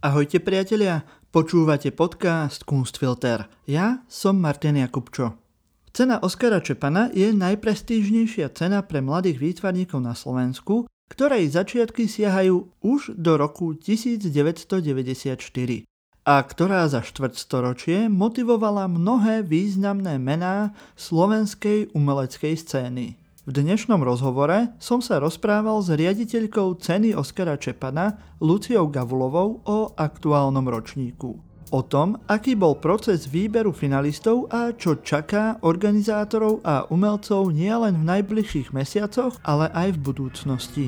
Ahojte priatelia, počúvate podcast Kunstfilter. Ja som Martin Jakubčo. Cena Oskara Čepana je najprestížnejšia cena pre mladých výtvarníkov na Slovensku, ktorej začiatky siahajú už do roku 1994 a ktorá za štvrťstoročie motivovala mnohé významné mená slovenskej umeleckej scény. V dnešnom rozhovore som sa rozprával s riaditeľkou ceny Oskara Čepana Luciou Gavulovou o aktuálnom ročníku. O tom, aký bol proces výberu finalistov a čo čaká organizátorov a umelcov nielen v najbližších mesiacoch, ale aj v budúcnosti.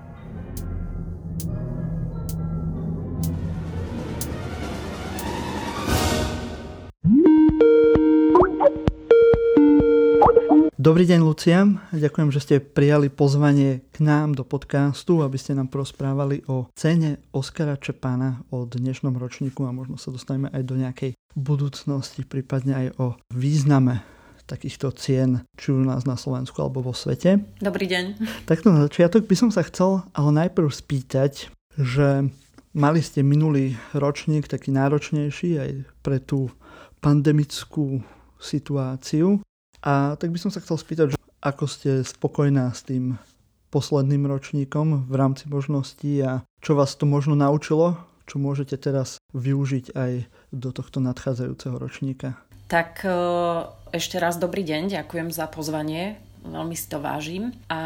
Dobrý deň, Lucia. Ďakujem, že ste prijali pozvanie k nám do podcastu, aby ste nám porozprávali o cene Oskara Čepana, o dnešnom ročníku a možno sa dostaneme aj do nejakej budúcnosti, prípadne aj o význame takýchto cien, či u nás na Slovensku alebo vo svete. Dobrý deň. Takto na začiatok by som sa chcel ale najprv spýtať, že mali ste minulý ročník taký náročnejší aj pre tú pandemickú situáciu. A tak by som sa chcel spýtať, že ako ste spokojná s tým posledným ročníkom v rámci možností a čo vás to možno naučilo, čo môžete teraz využiť aj do tohto nadchádzajúceho ročníka. Tak ešte raz dobrý deň, ďakujem za pozvanie, veľmi si to vážim. A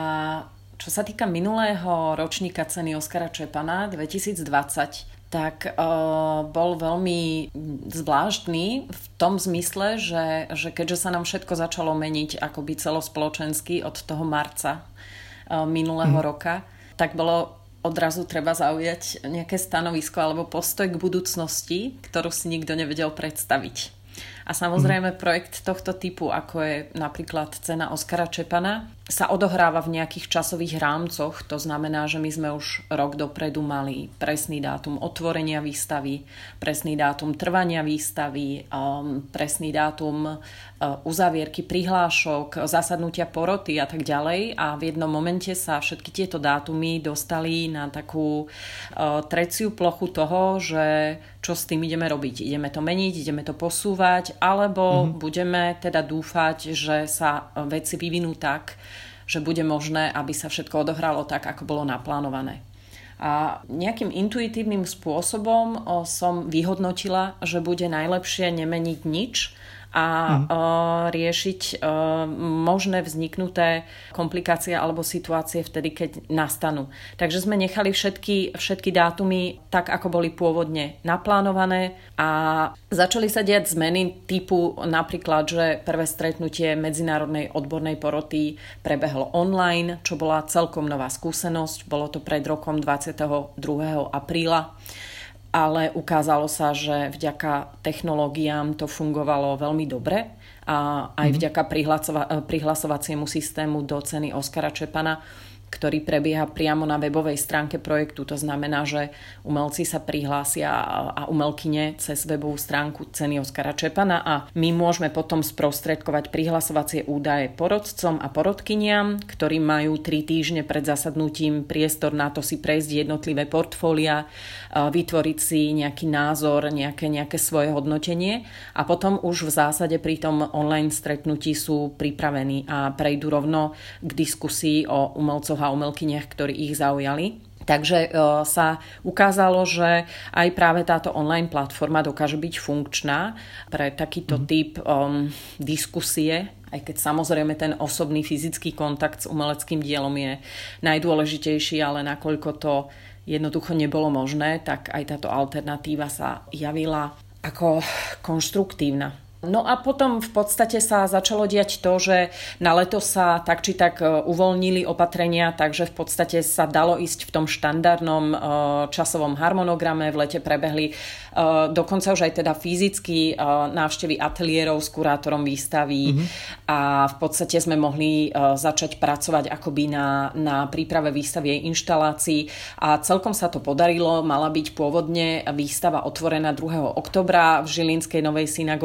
čo sa týka minulého ročníka ceny Oskara Čepana 2020, tak bol veľmi zvláštny v tom zmysle, že keďže sa nám všetko začalo meniť akoby celospoločensky od toho marca minulého roka, tak bolo odrazu treba zaujať nejaké stanovisko alebo postoj k budúcnosti, ktorú si nikto nevedel predstaviť. A samozrejme projekt tohto typu, ako je napríklad cena Oskara Čepana, sa odohráva v nejakých časových rámcoch. To znamená, že my sme už rok dopredu mali presný dátum otvorenia výstavy, presný dátum trvania výstavy, presný dátum uzavierky prihlášok, zasadnutia poroty a tak ďalej. A v jednom momente sa všetky tieto dátumy dostali na takú treciu plochu toho, že čo s tým ideme robiť. Ideme to meniť, ideme to posúvať, alebo budeme teda dúfať, že sa veci vyvinú tak, že bude možné, aby sa všetko odohralo tak, ako bolo naplánované. A nejakým intuitívnym spôsobom som vyhodnotila, že bude najlepšie nemeniť nič a riešiť možné vzniknuté komplikácie alebo situácie vtedy, keď nastanú. Takže sme nechali všetky dátumy tak, ako boli pôvodne naplánované a začali sa diať zmeny typu napríklad, že prvé stretnutie medzinárodnej odbornej poroty prebehlo online, čo bola celkom nová skúsenosť. Bolo to pred rokom 22. apríla. Ale ukázalo sa, že vďaka technológiám to fungovalo veľmi dobre a aj vďaka prihlasovaciemu systému do ceny Oskara Čepana, ktorý prebieha priamo na webovej stránke projektu. To znamená, že umelci sa prihlásia a umelkyne cez webovú stránku ceny Oskara Čepana a my môžeme potom sprostredkovať prihlasovacie údaje porodcom a porodkyniam, ktorí majú 3 týždne pred zasadnutím priestor na to si prejsť jednotlivé portfólia, vytvoriť si nejaký názor, nejaké svoje hodnotenie a potom už v zásade pri tom online stretnutí sú pripravení a prejdú rovno k diskusii o umelcoch a umelkyniach, ktorí ich zaujali. Takže sa ukázalo, že aj práve táto online platforma dokáže byť funkčná pre takýto typ diskusie, aj keď samozrejme ten osobný fyzický kontakt s umeleckým dielom je najdôležitejší, ale nakoľko to jednoducho nebolo možné, tak aj táto alternatíva sa javila ako konštruktívna. No a potom v podstate sa začalo diať to, že na leto sa tak či tak uvoľnili opatrenia, takže v podstate sa dalo ísť v tom štandardnom časovom harmonograme. V lete prebehli dokonca už aj teda fyzicky návštevy ateliérov s kurátorom výstavy a v podstate sme mohli začať pracovať akoby na príprave výstavy jej inštalácií a celkom sa to podarilo. Mala byť pôvodne výstava otvorená 2. októbra v Žilinskej Novej synagóge.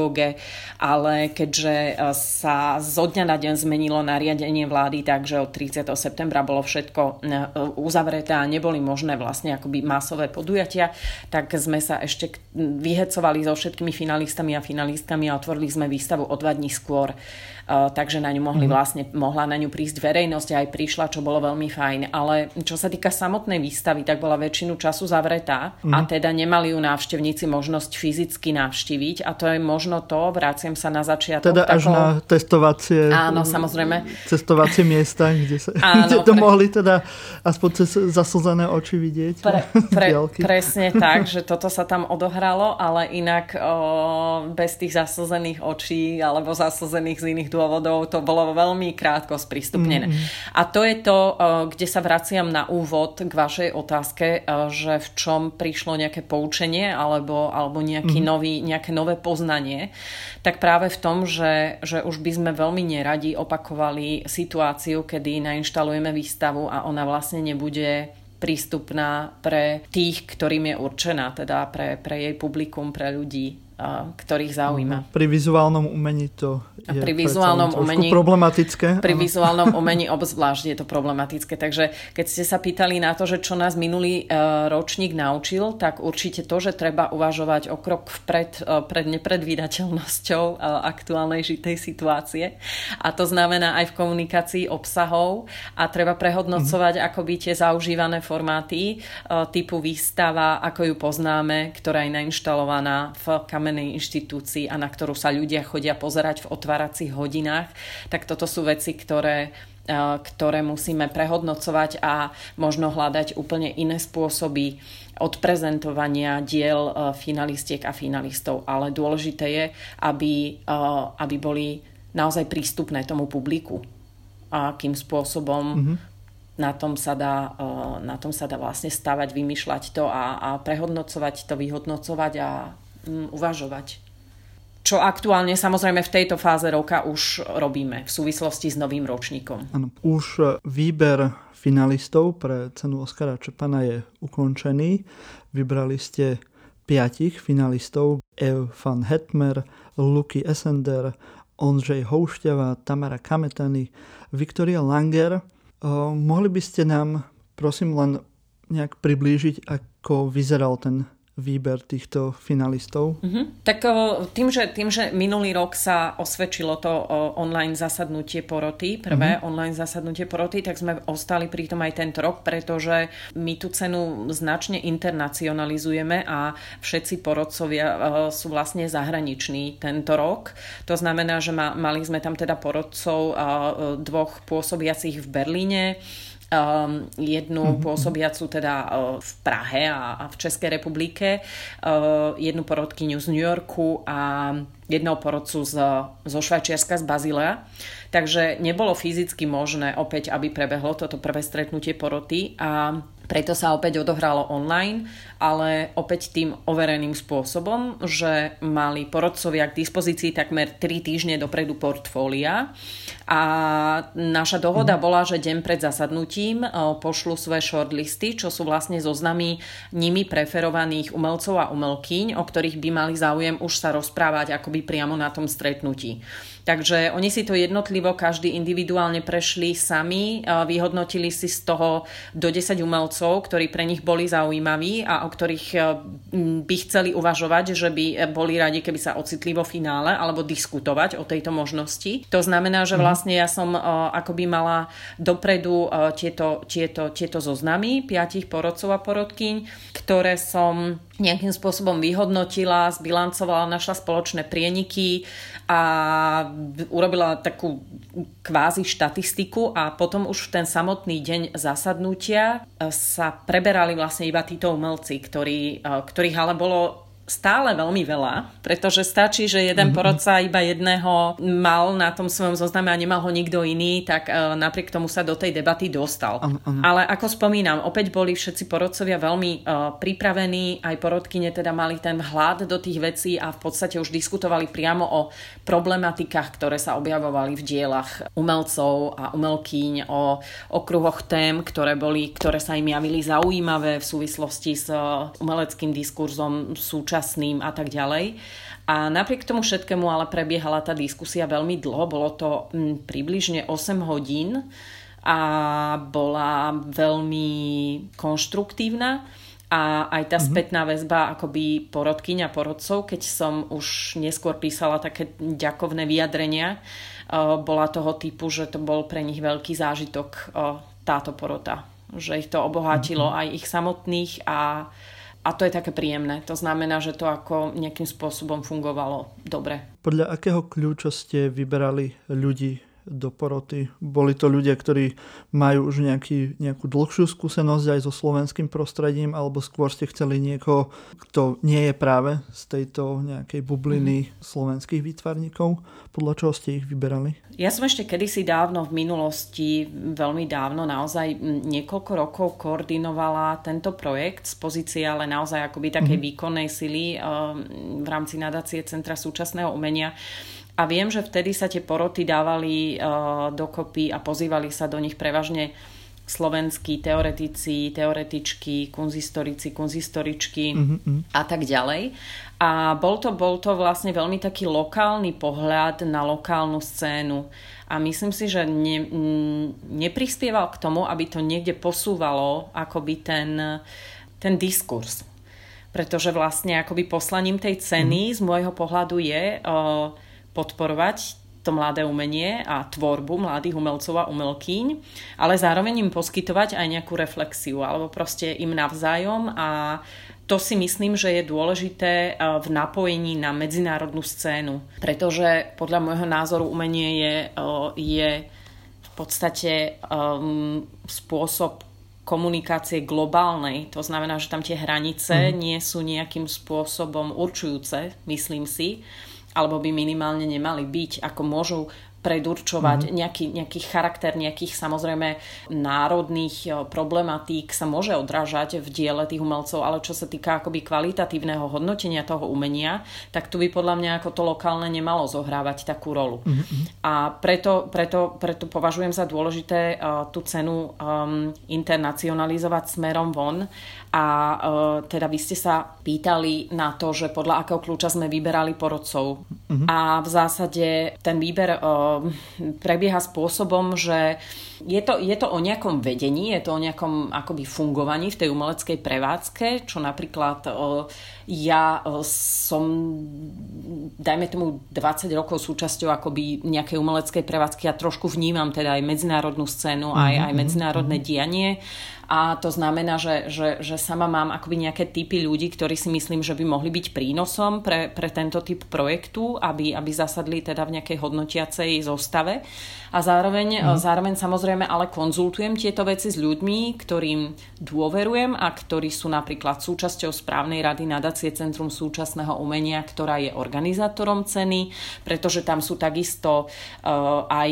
ale keďže sa zo dňa na deň zmenilo nariadenie vlády, takže od 30. septembra bolo všetko uzavreté a neboli možné vlastne akoby masové podujatia, tak sme sa ešte vyhecovali so všetkými finalistami a finalistkami a otvorili sme výstavu o 2 dní skôr. Takže na ňu mohla na ňu prísť verejnosť a aj prišla, čo bolo veľmi fajn. Ale čo sa týka samotnej výstavy, tak bola väčšinu času zavretá a teda nemali ju návštevníci možnosť fyzicky navštíviť a to je možno to, vraciam sa na začiatok. Teda až na testovacie cestovacie miesta, kde to mohli teda aspoň cez zaslzené oči vidieť. Presne tak, že toto sa tam odohralo, ale inak bez tých zaslzených očí alebo zaslzených z iných dôvodov to bolo veľmi krátko sprístupnené. A to je to, kde sa vraciam na úvod k vašej otázke, že v čom prišlo nejaké poučenie alebo nejaké nové poznanie, tak práve v tom, že už by sme veľmi neradi opakovali situáciu, kedy nainštalujeme výstavu a ona vlastne nebude prístupná pre tých, ktorým je určená, teda pre jej publikum, pre ľudí, ktorých zaujíma. Pri vizuálnom umení to je problematické. Pri vizuálnom umení obzvlášť je to problematické. Takže keď ste sa pýtali na to, že čo nás minulý ročník naučil, tak určite to, že treba uvažovať o krok vpred pred nepredvídateľnosťou aktuálnej žitej situácie. A to znamená aj v komunikácii obsahov a treba prehodnocovať akoby tie zaužívané formáty typu výstava, ako ju poznáme, ktorá je nainštalovaná v kamennej inštitúcii a na ktorú sa ľudia chodia pozerať v otváracích hodinách, tak toto sú veci, ktoré musíme prehodnocovať a možno hľadať úplne iné spôsoby odprezentovania diel finalistiek a finalistov. Ale dôležité je, aby boli naozaj prístupné tomu publiku. A akým spôsobom na tom sa dá vlastne stavať, vymýšľať to a prehodnocovať to, vyhodnocovať a uvažovať. Čo aktuálne samozrejme v tejto fáze roka už robíme v súvislosti s novým ročníkom. Áno, už výber finalistov pre cenu Oskara Čepana je ukončený. Vybrali ste 5 finalistov: Ev van Hetmer, Luky Essender, Ondřej Houšťava, Tamara Kametany, Viktoria Langer. Mohli by ste nám prosím len nejak priblížiť, ako vyzeral ten výber týchto finalistov? Tak tým, že minulý rok sa osvedčilo to online zasadnutie poroty, prvé online zasadnutie poroty, tak sme ostali pri tom aj tento rok, pretože my tú cenu značne internacionalizujeme a všetci porodcovia sú vlastne zahraniční tento rok. To znamená, že mali sme tam teda porodcov 2 pôsobiacich v Berlíne, jednu pôsobiacu teda v Prahe a v Českej republike, jednu porodkyňu z New Yorku a jedného porodcu zo Švajčiarska, z Bazilea. Takže nebolo fyzicky možné opäť, aby prebehlo toto prvé stretnutie poroty a preto sa opäť odohralo online, ale opäť tým overeným spôsobom, že mali porodcovia k dispozícii takmer 3 týždne dopredu portfólia a naša dohoda bola, že deň pred zasadnutím pošlu svoje shortlisty, čo sú vlastne zoznamy nimi preferovaných umelcov a umelkyň, o ktorých by mali záujem už sa rozprávať akoby priamo na tom stretnutí. Takže oni si to jednotlivo, každý individuálne prešli sami, vyhodnotili si z toho do 10 umelcov, ktorí pre nich boli zaujímaví a o ktorých by chceli uvažovať, že by boli radi, keby sa ocitli vo finále alebo diskutovať o tejto možnosti. To znamená, že vlastne ja som akoby mala dopredu tieto zoznamy 5 porodcov a porodkyň, ktoré som nejakým spôsobom vyhodnotila, zbilancovala, našla spoločné prieniky a urobila takú kvázi štatistiku a potom už v ten samotný deň zasadnutia sa preberali vlastne iba títo umelci, ktorých ale bolo stále veľmi veľa, pretože stačí, že jeden porodca iba jedného mal na tom svojom zozname a nemal ho nikto iný, tak napriek tomu sa do tej debaty dostal. Ale ako spomínam, opäť boli všetci porodcovia veľmi pripravení, aj porodkyne teda mali ten vhľad do tých vecí a v podstate už diskutovali priamo o problematikách, ktoré sa objavovali v dielach umelcov a umelkyň, o okruhoch tém, ktoré sa im javili zaujímavé v súvislosti s umeleckým diskurzom súčasnosti súčasným a tak ďalej. A napriek tomu všetkému ale prebiehala tá diskusia veľmi dlho, bolo to približne 8 hodín a bola veľmi konštruktívna. A aj tá spätná väzba akoby porodkyň a porodcov, keď som už neskôr písala také ďakovné vyjadrenia, bola toho typu, že to bol pre nich veľký zážitok táto porota. Že ich to obohatilo aj ich samotných a to je také príjemné. To znamená, že to ako nejakým spôsobom fungovalo dobre. Podľa akého kľúča ste vyberali ľudí do poroty? Boli to ľudia, ktorí majú už nejakú dlhšiu skúsenosť aj so slovenským prostredím, alebo skôr ste chceli niekoho, kto nie je práve z tejto nejakej bubliny slovenských výtvarníkov? Podľa čoho ste ich vyberali? Ja som ešte kedysi dávno v minulosti, veľmi dávno, naozaj niekoľko rokov koordinovala tento projekt z pozície, ale naozaj akoby takej výkonnej sily v rámci nadácie Centra súčasného umenia. A viem, že vtedy sa tie poroty dávali dokopy a pozývali sa do nich prevažne slovenskí teoretici, teoretičky, kunzhistorici, kunzhistoričky a tak ďalej. A bol to vlastne veľmi taký lokálny pohľad na lokálnu scénu. A myslím si, že neprispieval k tomu, aby to niekde posúvalo akoby ten diskurs. Pretože vlastne akoby poslaním tej ceny z môjho pohľadu je podporovať to mladé umenie a tvorbu mladých umelcov a umelkyň, ale zároveň im poskytovať aj nejakú reflexiu alebo proste im navzájom, a to si myslím, že je dôležité v napojení na medzinárodnú scénu, pretože podľa môjho názoru umenie je v podstate spôsob komunikácie globálnej. To znamená, že tam tie hranice nie sú nejakým spôsobom určujúce, myslím si, alebo by minimálne nemali byť, ako môžu predurčovať nejaký charakter nejakých samozrejme národných problematík sa môže odrážať v diele tých umelcov, ale čo sa týka akoby kvalitatívneho hodnotenia toho umenia, tak tu by podľa mňa ako to lokálne nemalo zohrávať takú rolu. A preto považujem za dôležité tú cenu internacionalizovať smerom von. A teda vy ste sa pýtali na to, že podľa akého kľúča sme vyberali porodcov. A v zásade ten výber prebieha spôsobom, že je to o nejakom vedení, je to o nejakom akoby fungovaní v tej umeleckej prevádzke, čo napríklad ja som, dajme tomu 20 rokov súčasťou akoby nejakej umeleckej prevádzky a trošku vnímam teda aj medzinárodnú scénu, aj medzinárodné dianie. A to znamená, že sama mám akoby nejaké typy ľudí, ktorí si myslím, že by mohli byť prínosom pre tento typ projektu, aby zasadli teda v nejakej hodnotiacej zostave. A zároveň samozrejme ale konzultujem tieto veci s ľuďmi, ktorým dôverujem a ktorí sú napríklad súčasťou správnej rady nadácie Centrum súčasného umenia, ktorá je organizátorom ceny, pretože tam sú takisto aj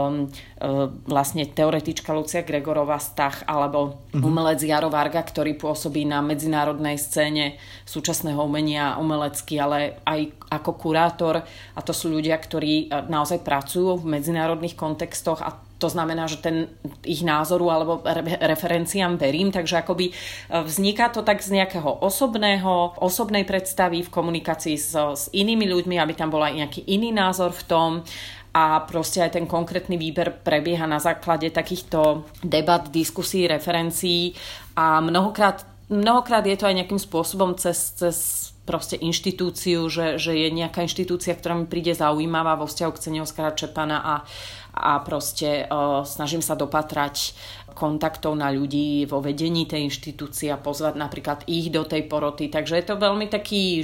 vlastne teoretička Lucia Gregorová Stach alebo umelec Jaro Varga, ktorý pôsobí na medzinárodnej scéne súčasného umenia umelecky, ale aj ako kurátor, a to sú ľudia, ktorí naozaj pracujú v medzinárodných kontextoch, a to znamená, že ten ich názoru alebo referenciám verím, takže akoby vzniká to tak z nejakého osobnej predstavy v komunikácii s inými ľuďmi, aby tam bol aj nejaký iný názor v tom. A proste aj ten konkrétny výber prebieha na základe takýchto debat, diskusí, referencií a mnohokrát je to aj nejakým spôsobom cez proste inštitúciu, že je nejaká inštitúcia, ktorá mi príde zaujímavá vo vzťahu k cene Oskara Čepana a proste snažím sa dopatrať kontaktov na ľudí vo vedení tej inštitúcie a pozvať napríklad ich do tej poroty. Takže je to veľmi taký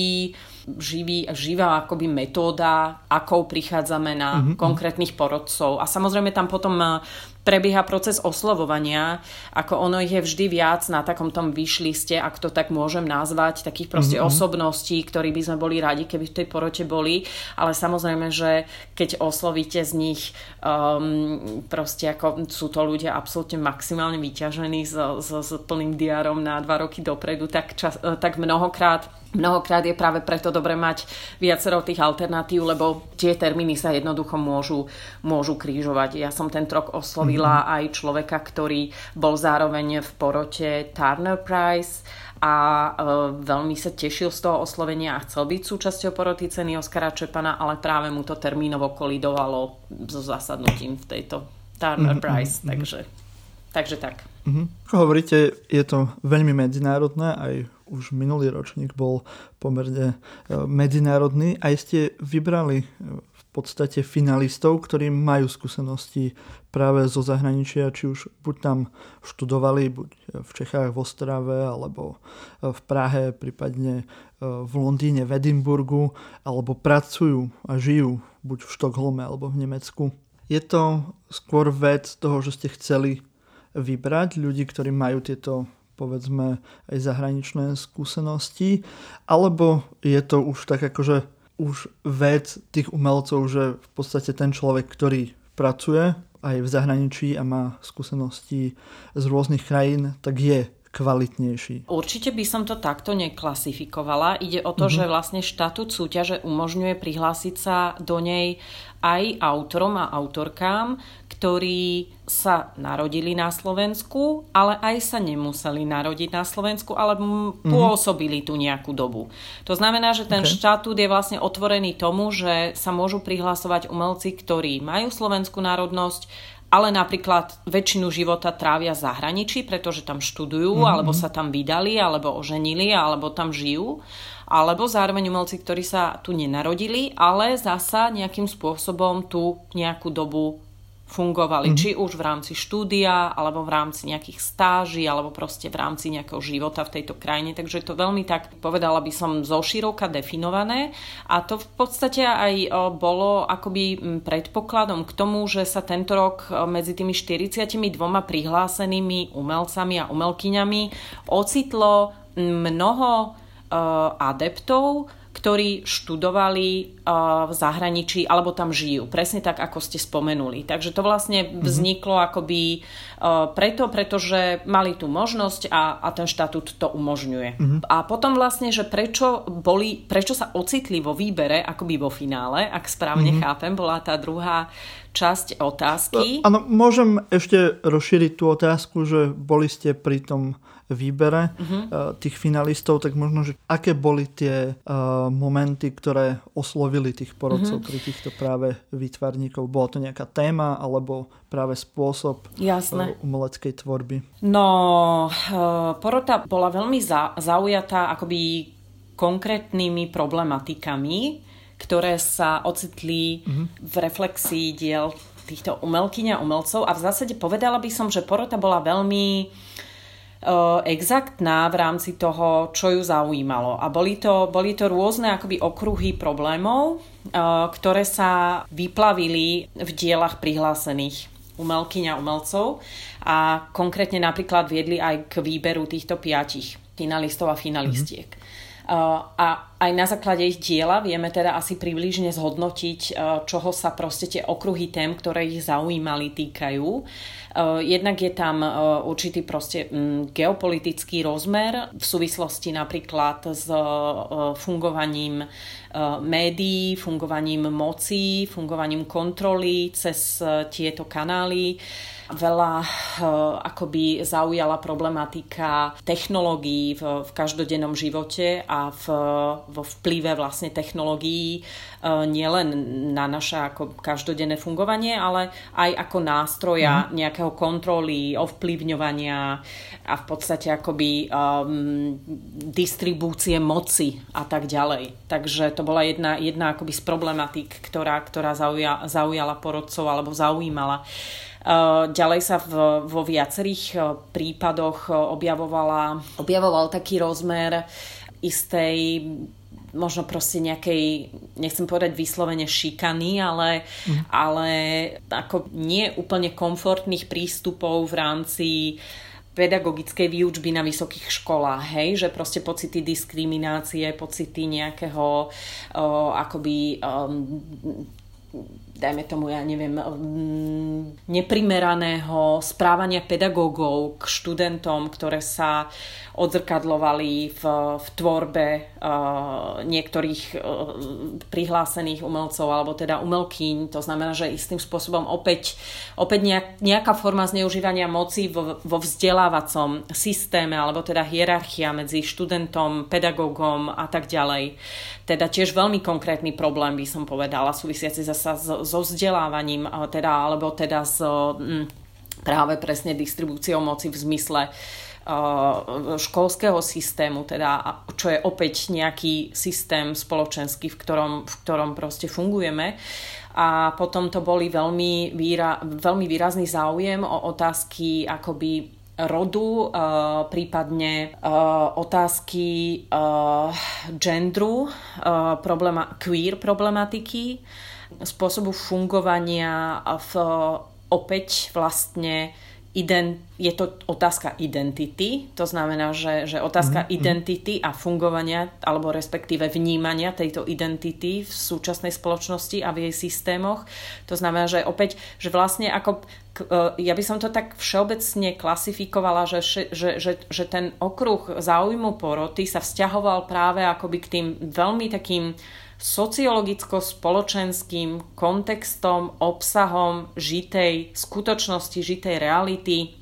živá akoby metóda, akou prichádzame na konkrétnych porodcov. A samozrejme tam potom prebieha proces oslovovania, ako ono ich je vždy viac na takom tom wishliste, ak to tak môžem nazvať, takých proste osobností, ktorí by sme boli radi, keby v tej porote boli, ale samozrejme, že keď oslovíte z nich proste ako sú to ľudia absolútne maximálne vyťažení s plným diárom na 2 roky dopredu, tak mnohokrát Mnohokrát je práve preto dobre mať viacero tých alternatív, lebo tie termíny sa jednoducho môžu krížovať. Ja som ten rok oslovila aj človeka, ktorý bol zároveň v porote Turner Prize a veľmi sa tešil z toho oslovenia a chcel byť súčasťou poroty ceny Oskara Čepana, ale práve mu to termínovo kolidovalo so zasadnutím v tejto Turner Prize. Takže tak. Ako hovoríte, je to veľmi medzinárodné, aj už minulý ročník bol pomerne medzinárodný. Aj ste vybrali v podstate finalistov, ktorí majú skúsenosti práve zo zahraničia, či už buď tam študovali, buď v Čechách, v Ostrave, alebo v Prahe, prípadne v Londýne, v Edinburgu, alebo pracujú a žijú buď v Štokholme, alebo v Nemecku. Je to skôr vec toho, že ste chceli vybrať ľudí, ktorí majú tieto, povedzme, aj zahraničné skúsenosti, alebo je to už tak akože už vec tých umelcov, že v podstate ten človek, ktorý pracuje aj v zahraničí a má skúsenosti z rôznych krajín, tak je kvalitnejší. Určite by som to takto neklasifikovala. Ide o to, že vlastne štatút súťaže umožňuje prihlásiť sa do nej aj autorom a autorkám, ktorí sa narodili na Slovensku, ale aj sa nemuseli narodiť na Slovensku, ale pôsobili tu nejakú dobu. To znamená, že ten štatút je vlastne otvorený tomu, že sa môžu prihlasovať umelci, ktorí majú slovenskú národnosť, ale napríklad väčšinu života trávia v zahraničí, pretože tam študujú, alebo sa tam vydali, alebo oženili, alebo tam žijú. Alebo zároveň umelci, ktorí sa tu nenarodili, ale zasa nejakým spôsobom tu nejakú dobu fungovali. Či už v rámci štúdia, alebo v rámci nejakých stáží, alebo proste v rámci nejakého života v tejto krajine. Takže je to veľmi tak, povedala by som, zoširoka definované. A to v podstate aj bolo akoby predpokladom k tomu, že sa tento rok medzi tými 42 prihlásenými umelcami a umelkyňami ocitlo mnoho adeptov, ktorí študovali v zahraničí alebo tam žijú. Presne tak, ako ste spomenuli. Takže to vlastne vzniklo akoby pretože mali tú možnosť a ten štatút to umožňuje. A potom vlastne, že prečo sa ocitli vo výbere, akoby vo finále, ak správne chápem, bola tá druhá časť otázky. Áno, môžem ešte rozšíriť tú otázku, že boli ste pri tom výbere tých finalistov, tak možno, že aké boli tie momenty, ktoré oslovili tých porodcov pri týchto práve výtvarníkov? Bola to nejaká téma alebo práve spôsob umeleckej tvorby? No, porota bola veľmi zaujatá akoby konkrétnymi problematikami, ktoré sa ocitli v reflexii diel týchto umelkyň a umelcov, a v zásade povedala by som, že porota bola veľmi exaktná v rámci toho, čo ju zaujímalo. A boli to rôzne akoby okruhy problémov, ktoré sa vyplavili v dielach prihlásených umelkyň a umelcov a konkrétne napríklad viedli aj k výberu týchto 5 finalistov a finalistiek. A aj na základe ich diela vieme teda asi približne zhodnotiť, čoho sa proste tie okruhy tém, ktoré ich zaujímali, týkajú. Jednak je tam určitý proste geopolitický rozmer v súvislosti napríklad s fungovaním médií, fungovaním moci, fungovaním kontroly cez tieto kanály. Veľa akoby zaujala problematika technológií v každodennom živote a vo vplyve vlastne technológií nielen na naše ako každodenné fungovanie, ale aj ako nástroja nejakého kontroly, ovplyvňovania a v podstate akoby distribúcie moci a tak ďalej. Takže to bola jedna akoby z problematík, ktorá zaujala porodcov alebo zaujímala. Ďalej sa vo viacerých prípadoch objavoval taký rozmer istej možno proste nejakej, nechcem povedať vyslovene šikany, ale ako nie úplne komfortných prístupov v rámci pedagogickej výučby na vysokých školách, hej, že proste pocity diskriminácie, pocity nejakého akoby dajme tomu, neprimeraného správania pedagógov k študentom, ktoré sa odzrkadlovali v tvorbe niektorých prihlásených umelcov alebo teda umelkyň. To znamená, že istým spôsobom opäť nejaká forma zneužívania moci vo vzdelávacom systéme alebo teda hierarchia medzi študentom, pedagógom a tak ďalej. Teda tiež veľmi konkrétny problém by som povedala, súvisiaci zasa so vzdelávaním alebo s práve presne distribúciou moci v zmysle školského systému, teda, čo je opäť nejaký systém spoločenský, v ktorom proste fungujeme. A potom to boli veľmi výrazný záujem o otázky akoby rodu, prípadne otázky genderu, queer problematiky, spôsobu fungovania opäť vlastne je to otázka identity, to znamená, že otázka identity a fungovania alebo respektíve vnímania tejto identity v súčasnej spoločnosti a v jej systémoch. To znamená, že opäť, že vlastne ja by som to tak všeobecne klasifikovala, že ten okruh záujmu poroty sa vzťahoval práve akoby k tým veľmi takým sociologicko-spoločenským kontextom, obsahom žitej skutočnosti, žitej reality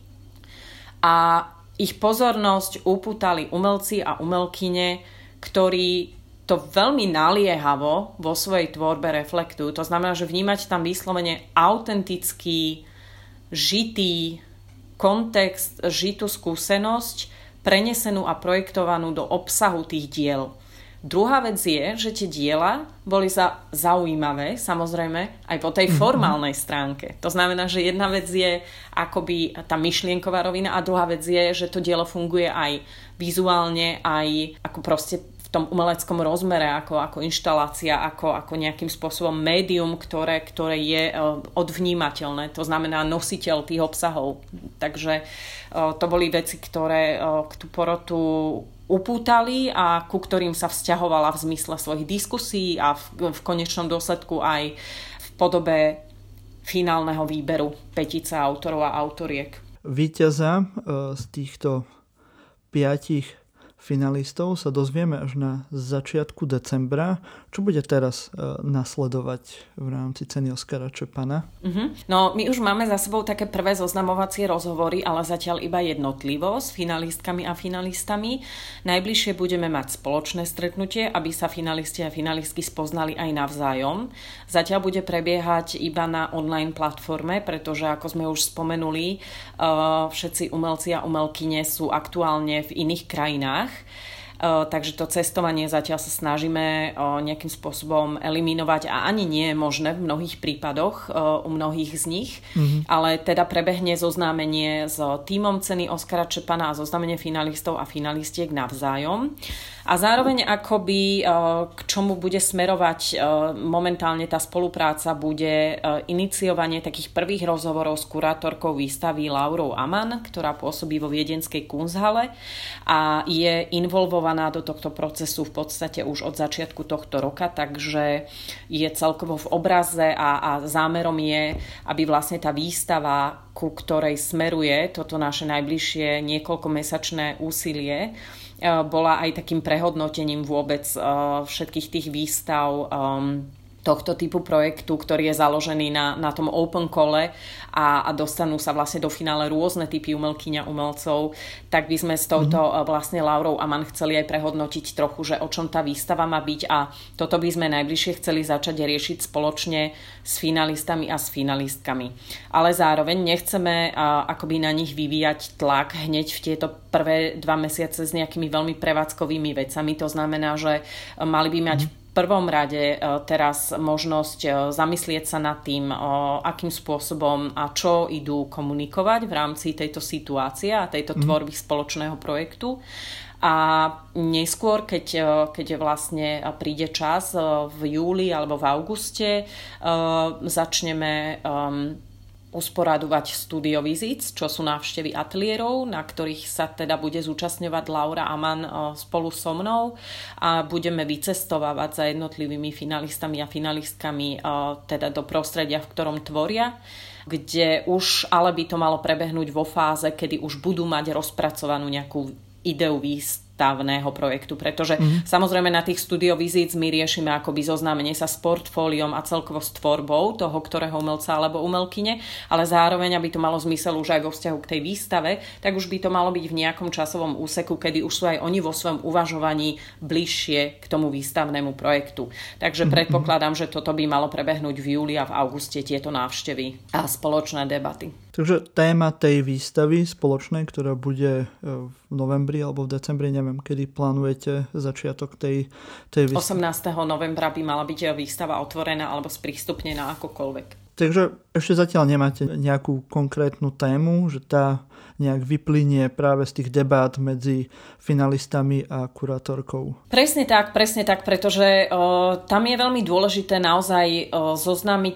a ich pozornosť upútali umelci a umelkyne, ktorí to veľmi naliehavo vo svojej tvorbe reflektujú. To znamená, že vnímať tam vyslovene autentický, žitý kontext, žitú skúsenosť, prenesenú a projektovanú do obsahu tých diel. Druhá vec je, že tie diela boli zaujímavé, samozrejme, aj po tej formálnej stránke. To znamená, že jedna vec je akoby tá myšlienková rovina a druhá vec je, že to dielo funguje aj vizuálne, aj ako proste v tom umeleckom rozmere, ako inštalácia, ako nejakým spôsobom médium, ktoré je odvnímateľné. To znamená nositeľ tých obsahov. Takže to boli veci, ktoré tú porotu upútali a ku ktorým sa vzťahovala v zmysle svojich diskusí a v konečnom dôsledku aj v podobe finálneho výberu petice autorov a autoriek. Víťaza z týchto 5 finalistov sa dozvieme až na začiatku decembra. Čo bude teraz nasledovať v rámci ceny Oskara Čepana? No, my už máme za sebou také prvé zoznamovacie rozhovory, ale zatiaľ iba jednotlivo s finalistkami a finalistami. Najbližšie budeme mať spoločné stretnutie, aby sa finalisti a finalistky spoznali aj navzájom. Zatiaľ bude prebiehať iba na online platforme, pretože ako sme už spomenuli, všetci umelci a umelkyne sú aktuálne v iných krajinách. Takže to cestovanie zatiaľ sa snažíme nejakým spôsobom eliminovať a ani nie je možné v mnohých prípadoch u mnohých z nich, ale teda prebehne zoznámenie s tímom ceny Oskara Čepana a zoznámenie finalistov a finalistiek navzájom. A zároveň akoby k čomu bude smerovať momentálne tá spolupráca bude iniciovanie takých prvých rozhovorov s kurátorkou výstavy Laurou Amann, ktorá pôsobí vo viedenskej Kunsthalle a je involvovaná do tohto procesu v podstate už od začiatku tohto roka, takže je celkovo v obraze a zámerom je, aby vlastne tá výstava, ku ktorej smeruje toto naše najbližšie niekoľkomesačné úsilie, bola aj takým prehodnotením vôbec všetkých tých výstav tohto typu projektu, ktorý je založený na tom open cole a dostanú sa vlastne do finále rôzne typy umelkyň a umelcov, tak by sme s touto vlastne Laurou Amann chceli aj prehodnotiť trochu, že o čom tá výstava má byť a toto by sme najbližšie chceli začať riešiť spoločne s finalistami a s finalistkami. Ale zároveň nechceme akoby na nich vyvíjať tlak hneď v tieto prvé 2 mesiace s nejakými veľmi prevádzkovými vecami. To znamená, že mali by mať v prvom rade teraz možnosť zamyslieť sa nad tým, akým spôsobom a čo idú komunikovať v rámci tejto situácie a tejto tvorby spoločného projektu. A neskôr, keď vlastne príde čas v júli alebo v auguste, začneme usporadovať studiovizíc, čo sú návštevy ateliérov, na ktorých sa teda bude zúčastňovať Laura Aman spolu so mnou a budeme vycestovávať za jednotlivými finalistami a finalistkami teda do prostredia, v ktorom tvoria, kde už ale by to malo prebehnúť vo fáze, kedy už budú mať rozpracovanú nejakú ideu výstavného projektu, pretože samozrejme na tých studiovizíc my riešime akoby zoznámenie sa s portfóliom a celkovo s tvorbou toho, ktorého umelca alebo umelkyne, ale zároveň, aby to malo zmysel už aj vo vzťahu k tej výstave, tak už by to malo byť v nejakom časovom úseku, kedy už sú aj oni vo svojom uvažovaní bližšie k tomu výstavnému projektu. Takže predpokladám, že toto by malo prebehnúť v júli a v auguste, tieto návštevy a spoločné debaty. Takže téma tej výstavy spoločnej, ktorá bude v novembri alebo v decembri, neviem, kedy plánujete začiatok tej výstavy? 18. novembra by mala byť výstava otvorená alebo sprístupnená akokoľvek. Takže ešte zatiaľ nemáte nejakú konkrétnu tému, že tá nejak vyplynie práve z tých debát medzi finalistami a kurátorkou? Presne tak, pretože tam je veľmi dôležité naozaj zoznámiť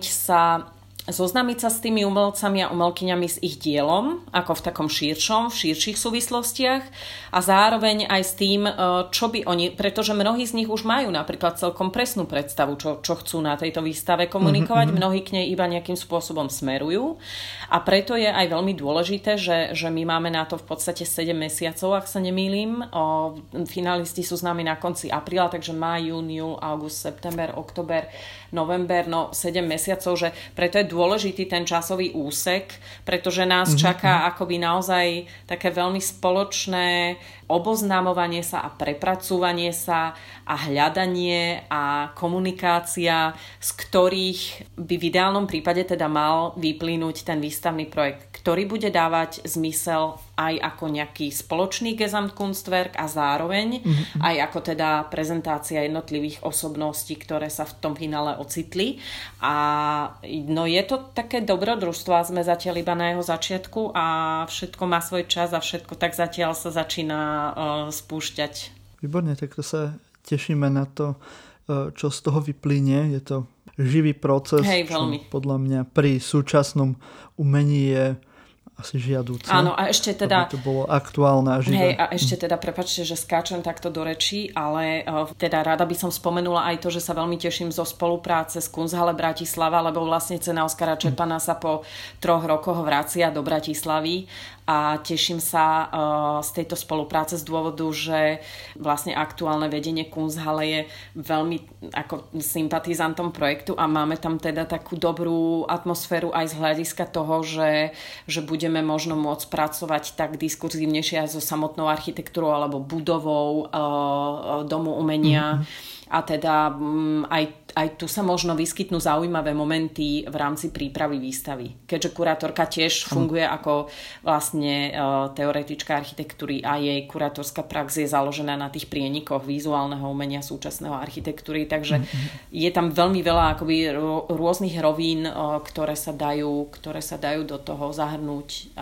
sa s tými umelcami a umelkyňami s ich dielom, ako v takom v širších súvislostiach a zároveň aj s tým, čo by oni, pretože mnohí z nich už majú napríklad celkom presnú predstavu, čo chcú na tejto výstave komunikovať, mnohí k nej iba nejakým spôsobom smerujú a preto je aj veľmi dôležité, že my máme na to v podstate 7 mesiacov, ak sa nemýlim. Finalisti sú s nami na konci apríla, takže máj, jún, júl, august, september, október, november, 7 mesiacov, že preto je dôležitý ten časový úsek, pretože nás čaká akoby naozaj také veľmi spoločné oboznámovanie sa a prepracúvanie sa a hľadanie a komunikácia, z ktorých by v ideálnom prípade teda mal vyplynúť ten výstavný projekt, ktorý bude dávať zmysel aj ako nejaký spoločný Gesamtkunstwerk a zároveň aj ako teda prezentácia jednotlivých osobností, ktoré sa v tom finále ocitli. A je to také dobrodružstvo a sme zatiaľ iba na jeho začiatku a všetko má svoj čas a všetko tak zatiaľ sa začína spúšťať. Výborne, tak to sa tešíme na to, čo z toho vyplynie. Je to živý proces, čo podľa mňa pri súčasnom umení je asi žiadúce. Áno, a ešte teda... to bolo aktuálne a živé. A ešte teda, prepáčte, že skáčem takto do rečí, ale teda rada by som spomenula aj to, že sa veľmi teším zo spolupráce s Kunsthalle Bratislava, lebo vlastne cena Oskara Čepana sa po 3 rokoch vracia do Bratislavy a teším sa z tejto spolupráce z dôvodu, že vlastne aktuálne vedenie Kunsthalle je veľmi ako sympatizantom projektu a máme tam teda takú dobrú atmosféru aj z hľadiska toho, že budeme možno môcť pracovať tak diskurzívnejšie aj so samotnou architektúrou alebo budovou domu umenia. A teda aj tu sa možno vyskytnú zaujímavé momenty v rámci prípravy výstavy. Keďže kurátorka tiež funguje ako vlastne teoretička architektúry a jej kurátorská prax je založená na tých prienikoch vizuálneho umenia súčasného architektúry, takže je tam veľmi veľa akoby rôznych rovín, ktoré sa dajú do toho zahrnúť.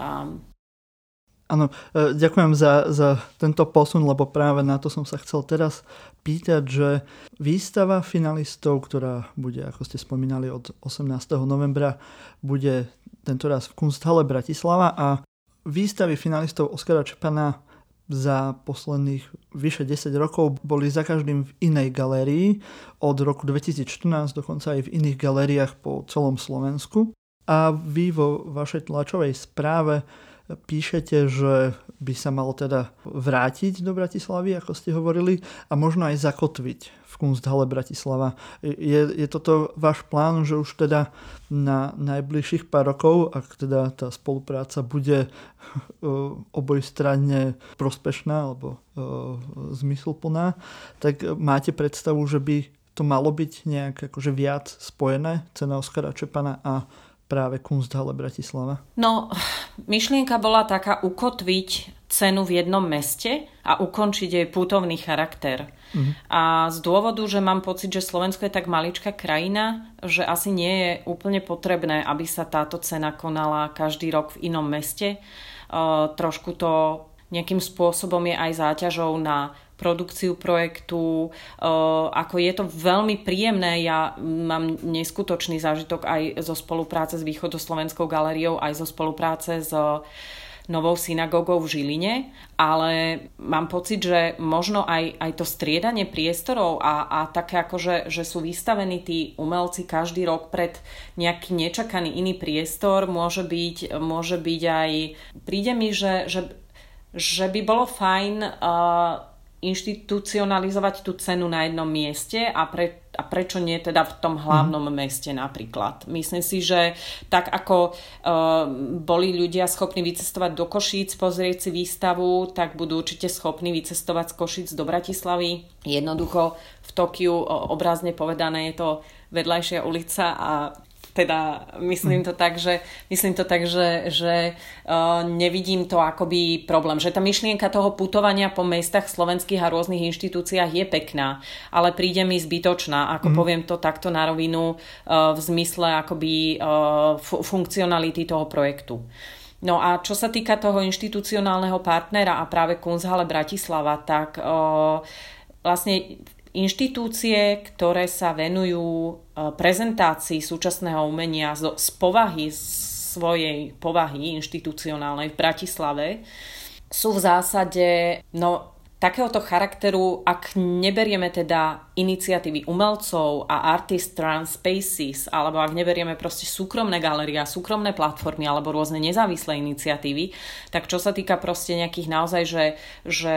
Áno, ďakujem za tento posun, lebo práve na to som sa chcel teraz pýtať, že výstava finalistov, ktorá bude, ako ste spomínali, od 18. novembra, bude tentoraz v Kunsthalle Bratislava a výstavy finalistov Oskara Čepana za posledných vyše 10 rokov boli za každým v inej galérii, od roku 2014 dokonca aj v iných galériách po celom Slovensku. A vy vo vašej tlačovej správe píšete, že by sa malo teda vrátiť do Bratislavy, ako ste hovorili, a možno aj zakotviť v Kunsthalle Bratislava. Je toto váš plán, že už teda na najbližších pár rokov, ak teda tá spolupráca bude obojstranne prospešná alebo zmysluplná, tak máte predstavu, že by to malo byť nejak akože viac spojené, cena Oskara Čepana a práve Kunsthalle Bratislava? No, myšlienka bola taká ukotviť cenu v jednom meste a ukončiť jej putovný charakter. A z dôvodu, že mám pocit, že Slovensko je tak maličká krajina, že asi nie je úplne potrebné, aby sa táto cena konala každý rok v inom meste. Trošku to nejakým spôsobom je aj záťažou na produkciu projektu. Ako je to veľmi príjemné, ja mám neskutočný zážitok aj zo spolupráce s Východoslovenskou galériou, aj zo spolupráce s Novou synagógou v Žiline, ale mám pocit, že možno aj to striedanie priestorov a také akože, že sú vystavení tí umelci každý rok pred nejaký nečakaný iný priestor, môže byť aj... Príde mi, že by bolo fajn inštitucionalizovať tú cenu na jednom mieste a prečo nie teda v tom hlavnom meste napríklad. Myslím si, že tak ako boli ľudia schopní vycestovať do Košíc, pozrieť si výstavu, tak budú určite schopní vycestovať z Košíc do Bratislavy. Jednoducho v Tokiu, obrazne povedané, je to vedľajšia ulica a teda myslím to tak, že nevidím to akoby problém. Že tá myšlienka toho putovania po mestách slovenských a rôznych inštitúciách je pekná, ale príde mi zbytočná, ako poviem to takto na rovinu, v zmysle akoby funkcionality toho projektu. No a čo sa týka toho inštitucionálneho partnera a práve Kunsthalle Bratislava, tak vlastne inštitúcie, ktoré sa venujú prezentácii súčasného umenia z svojej povahy inštitucionálnej v Bratislave, sú v zásade takéhoto charakteru, ak neberieme teda iniciatívy umelcov a artist run spaces, alebo ak neberieme proste súkromné galérie, súkromné platformy alebo rôzne nezávislé iniciatívy, tak čo sa týka proste nejakých naozaj, že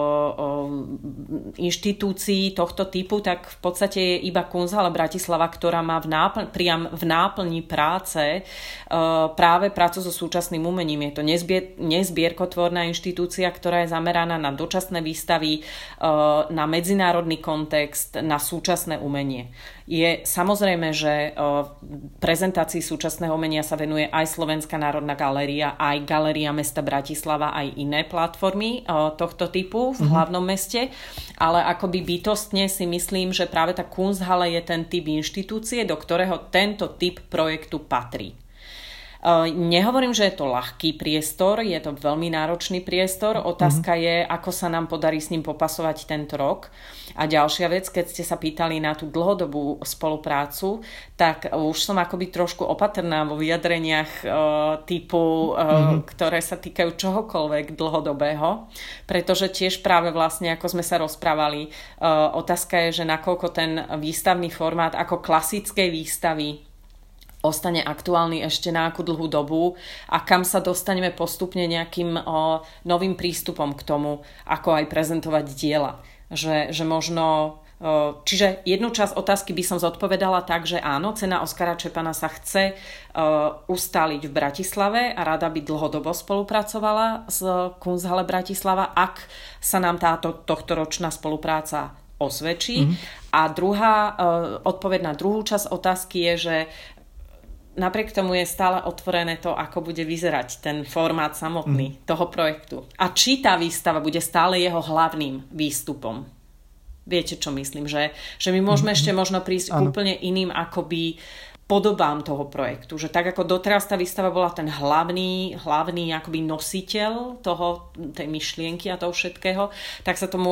inštitúcií tohto typu, tak v podstate je iba Kunsthalle Bratislava, ktorá má priam v náplni práce práve prácu so súčasným umením. Je to nezbierkotvorná inštitúcia, ktorá je zameraná na dočasné výstavy, na medzinárodný kontext, na súčasné umenie. Je samozrejme, že prezentácii súčasného umenia sa venuje aj Slovenská národná galéria, aj Galéria mesta Bratislava, aj iné platformy tohto typu v hlavnom meste, ale akoby bytostne si myslím, že práve tá Kunsthalle je ten typ inštitúcie, do ktorého tento typ projektu patrí. Nehovorím, že je to ľahký priestor, je to veľmi náročný priestor. Otázka je, ako sa nám podarí s ním popasovať tento rok. A ďalšia vec, keď ste sa pýtali na tú dlhodobú spoluprácu, tak už som akoby trošku opatrná vo vyjadreniach typu, ktoré sa týkajú čohokoľvek dlhodobého, pretože tiež práve vlastne, ako sme sa rozprávali, otázka je, že nakoľko ten výstavný formát ako klasickej výstavy ostane aktuálny ešte na akú dlhú dobu a kam sa dostaneme postupne nejakým novým prístupom k tomu, ako aj prezentovať diela. Že možno... Čiže jednu časť otázky by som zodpovedala tak, že áno, cena Oskara Čepana sa chce ustáliť v Bratislave a rada by dlhodobo spolupracovala s Kunsthalle Bratislava, ak sa nám táto tohtoročná spolupráca osvedčí. A odpoveď na druhú časť otázky je, že napriek tomu je stále otvorené to, ako bude vyzerať ten formát samotný toho projektu. A či tá výstava bude stále jeho hlavným výstupom. Viete, čo myslím? Že my môžeme ešte možno prísť k úplne iným akoby podobám toho projektu. Že tak ako doteraz tá výstava bola ten hlavný akoby nositeľ tej myšlienky a toho všetkého, tak sa to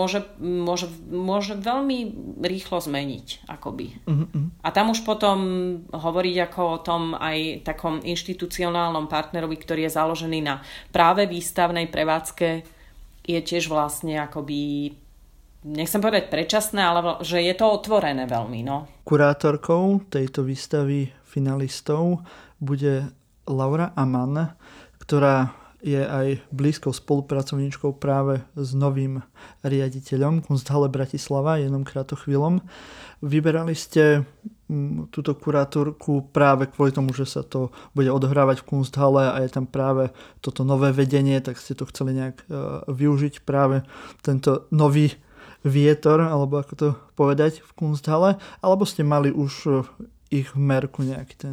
môže veľmi rýchlo zmeniť. Akoby. A tam už potom hovoriť ako o tom aj takom inštitucionálnom partnerovi, ktorý je založený na práve výstavnej prevádzke, je tiež vlastne akoby, nechcem povedať predčasné, ale že je to otvorené veľmi. No. Kurátorkou tejto výstavy finalistov bude Laura Amann, ktorá je aj blízkou spolupracovníčkou práve s novým riaditeľom Kunsthalle Bratislava, Jánom Kratochvílom. Vyberali ste túto kurátorku práve kvôli tomu, že sa to bude odohrávať v Kunsthalle a je tam práve toto nové vedenie, tak ste to chceli nejak využiť práve tento nový vietor, alebo ako to povedať, v Kunsthalle, alebo ste mali už ich v merku nejaký ten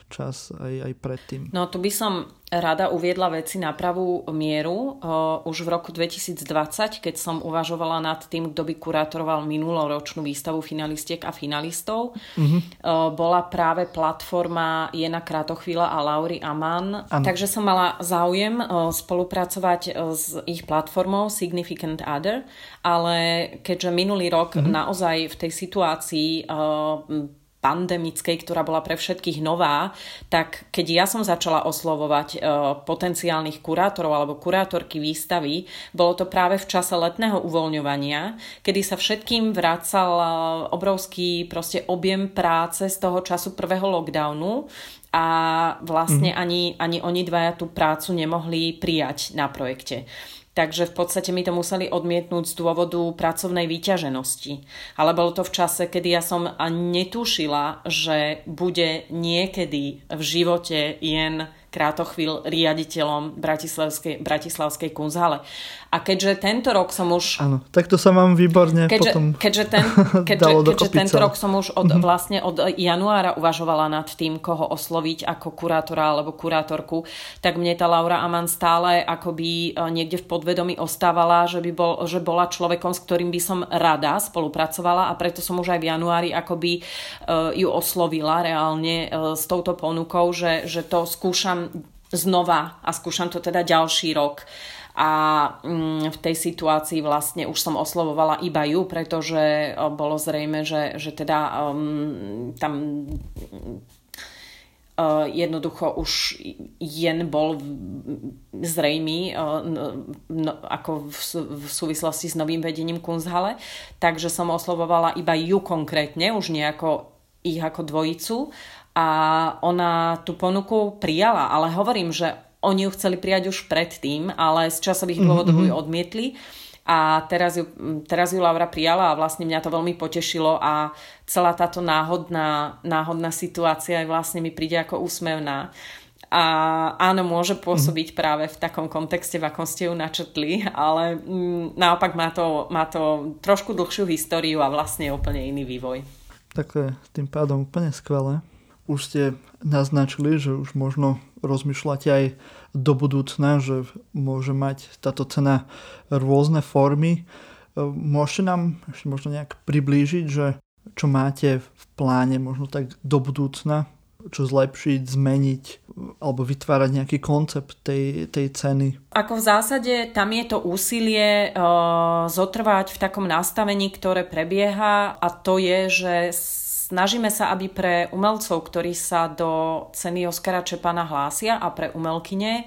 čas aj predtým. No tu by som rada uviedla veci na pravú mieru. Už v roku 2020, keď som uvažovala nad tým, kto by kurátoroval minuloročnú výstavu finalistiek a finalistov, bola práve platforma Jena Kratochvíla a Laury Aman. Ano. Takže som mala záujem spolupracovať s ich platformou Significant Other, ale keďže minulý rok naozaj v tej situácii pandemickej, ktorá bola pre všetkých nová, tak keď ja som začala oslovovať potenciálnych kurátorov alebo kurátorky výstavy, bolo to práve v čase letného uvoľňovania, kedy sa všetkým vracal obrovský proste objem práce z toho času prvého lockdownu a vlastne ani oni dvaja tú prácu nemohli prijať na projekte. Takže v podstate mi to museli odmietnúť z dôvodu pracovnej vyťaženosti. Ale bolo to v čase, kedy ja som netušila, že bude niekedy v živote jen Kratochvíl riaditeľom Bratislavskej Kunzhale. A keďže tento rok som už... Áno, tak to sa vám výborne potom keďže tento rok som už vlastne od januára uvažovala nad tým, koho osloviť ako kurátora alebo kurátorku, tak mne tá Laura Aman stále akoby niekde v podvedomí ostávala, že bola človekom, s ktorým by som rada spolupracovala, a preto som už aj v januári akoby ju oslovila reálne s touto ponukou, že to skúšam znova a skúšam to teda ďalší rok. A v tej situácii vlastne už som oslovovala iba ju, pretože bolo zrejme, že teda tam jednoducho už jen bol zrejmý ako v súvislosti s novým vedením Kunzhale, takže som oslovovala iba ju konkrétne, už nie ich ako dvojicu, a ona tú ponuku prijala, ale hovorím, že oni ju chceli prijať už predtým, ale z časových dôvodov ju odmietli. A teraz ju Laura prijala a vlastne mňa to veľmi potešilo a celá táto náhodná situácia vlastne mi príde ako úsmevná. A áno, môže pôsobiť práve v takom kontexte, v akom ste ju načrtli, ale naopak má to trošku dlhšiu históriu a vlastne úplne iný vývoj. Tak to je tým pádom úplne skvelé. Už ste naznačili, že už možno rozmýšľate aj do budúcna, že môže mať táto cena rôzne formy. Môžete nám ešte možno nejak priblížiť, že čo máte v pláne možno tak do budúcna, čo zlepšiť, zmeniť alebo vytvárať nejaký koncept tej ceny? Ako v zásade tam je to úsilie zotrvať v takom nastavení, ktoré prebieha, a to je, že snažíme sa, aby pre umelcov, ktorí sa do ceny Oskara Čepana hlásia, a pre umelkyne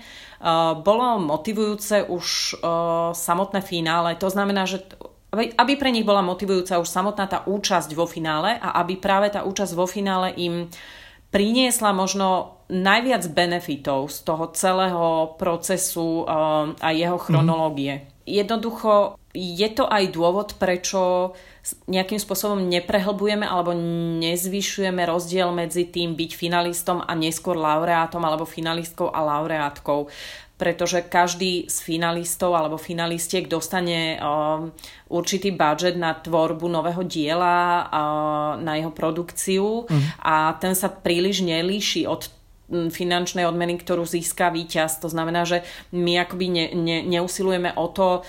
bolo motivujúce už samotné finále. To znamená, že aby pre nich bola motivujúca už samotná tá účasť vo finále a aby práve tá účasť vo finále im priniesla možno najviac benefitov z toho celého procesu a jeho chronológie. Jednoducho je to aj dôvod, prečo nejakým spôsobom neprehlbujeme alebo nezvyšujeme rozdiel medzi tým byť finalistom a neskôr laureátom alebo finalistkou a laureátkou. Pretože každý z finalistov alebo finalistiek dostane určitý budget na tvorbu nového diela, na jeho produkciu a ten sa príliš nelíši od finančnej odmeny, ktorú získa víťaz. To znamená, že my akoby neusilujeme o to,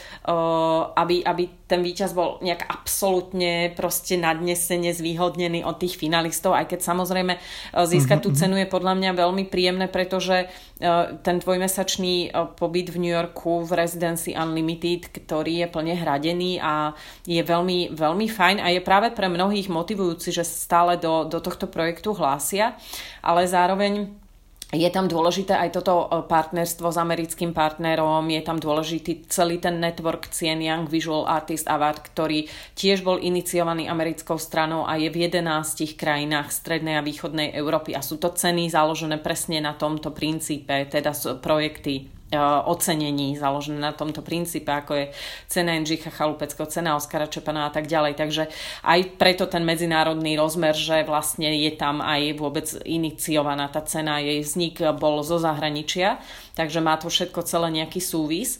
aby ten víťaz bol nejak absolútne proste nadnesene zvýhodnený od tých finalistov, aj keď samozrejme získať tú cenu je podľa mňa veľmi príjemné, pretože ten dvojmesačný pobyt v New Yorku v Residency Unlimited, ktorý je plne hradený a je veľmi, veľmi fajn a je práve pre mnohých motivujúci, že stále do tohto projektu hlásia, ale zároveň je tam dôležité aj toto partnerstvo s americkým partnerom, je tam dôležitý celý ten network cien Young Visual Artist Award, ktorý tiež bol iniciovaný americkou stranou a je v 11 krajinách strednej a východnej Európy a sú to ceny založené presne na tomto princípe, teda projekty ocenení založené na tomto princípe, ako je cena Jindřicha Chalupeckého, cena Oskara Čepana a tak ďalej. Takže aj preto ten medzinárodný rozmer, že vlastne je tam aj vôbec iniciovaná tá cena, jej vznik bol zo zahraničia, takže má to všetko celé nejaký súvis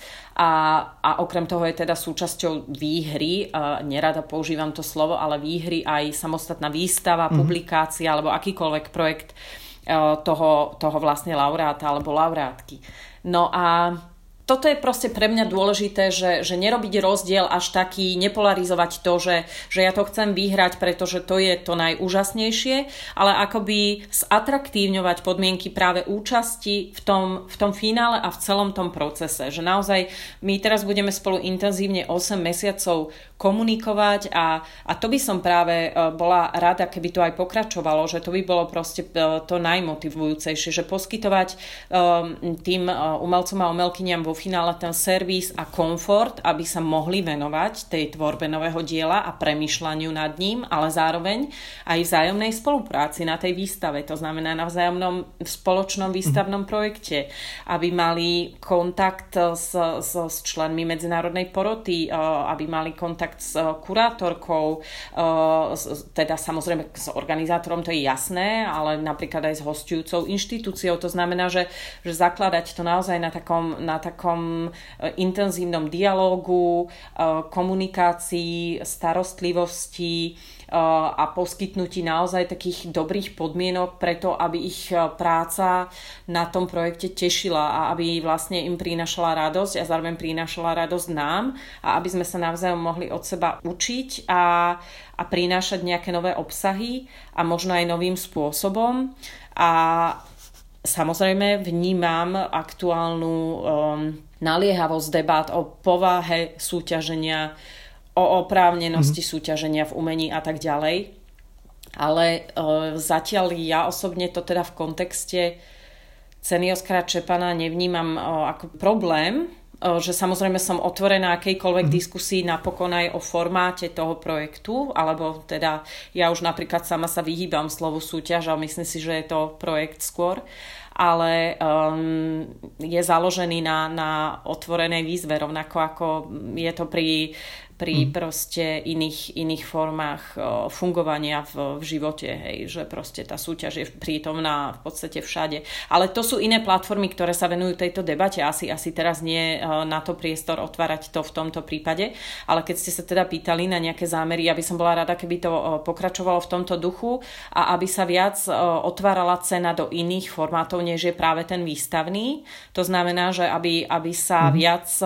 a okrem toho je teda súčasťou výhry, nerada používam to slovo, ale výhry aj samostatná výstava, publikácia alebo akýkoľvek projekt, toho vlastne laureáta alebo laureátky. No a toto je proste pre mňa dôležité, že nerobiť rozdiel až taký, nepolarizovať to, že ja to chcem vyhrať, pretože to je to najúžasnejšie, ale akoby zatraktívňovať podmienky práve účasti v tom finále a v celom tom procese. Že naozaj my teraz budeme spolu intenzívne 8 mesiacov komunikovať a to by som práve bola rada, keby to aj pokračovalo, že to by bolo proste to najmotivujúcejšie, že poskytovať tým umelcom a umelkyniam vo finále ten servis a komfort, aby sa mohli venovať tej tvorbe nového diela a premýšľaniu nad ním, ale zároveň aj vzájomnej spolupráci na tej výstave, to znamená na vzájomnom spoločnom výstavnom projekte, aby mali kontakt s členmi medzinárodnej poroty, aby mali kontakt s kurátorkou, teda samozrejme s organizátorom, to je jasné, ale napríklad aj s hosťujúcou inštitúciou. To znamená, že zakladať to naozaj na takom intenzívnom dialógu, komunikácii, starostlivosti a poskytnutí naozaj takých dobrých podmienok preto, aby ich práca na tom projekte tešila a aby vlastne im prinášala radosť a zároveň prinášala radosť nám a aby sme sa navzájom mohli od seba učiť a prinášať nejaké nové obsahy a možno aj novým spôsobom. A samozrejme vnímam aktuálnu naliehavosť debát o povahe súťaženia, o oprávnenosti súťaženia v umení a tak ďalej. Ale zatiaľ ja osobne to teda v kontexte ceny Oskara Čepana nevnímam ako problém, že samozrejme som otvorená akejkoľvek diskusii napokon aj o formáte toho projektu, alebo teda ja už napríklad sama sa vyhýbam slovu súťaž a myslím si, že je to projekt skôr, ale je založený na otvorenej výzve, rovnako ako je to pri proste iných formách fungovania v živote, hej, že proste tá súťaž je prítomná v podstate všade. Ale to sú iné platformy, ktoré sa venujú tejto debate. Asi teraz nie na to priestor otvárať to v tomto prípade, ale keď ste sa teda pýtali na nejaké zámery, ja by som bola rada, keby to pokračovalo v tomto duchu a aby sa viac otvárala cena do iných formátov, než je práve ten výstavný. To znamená, že aby sa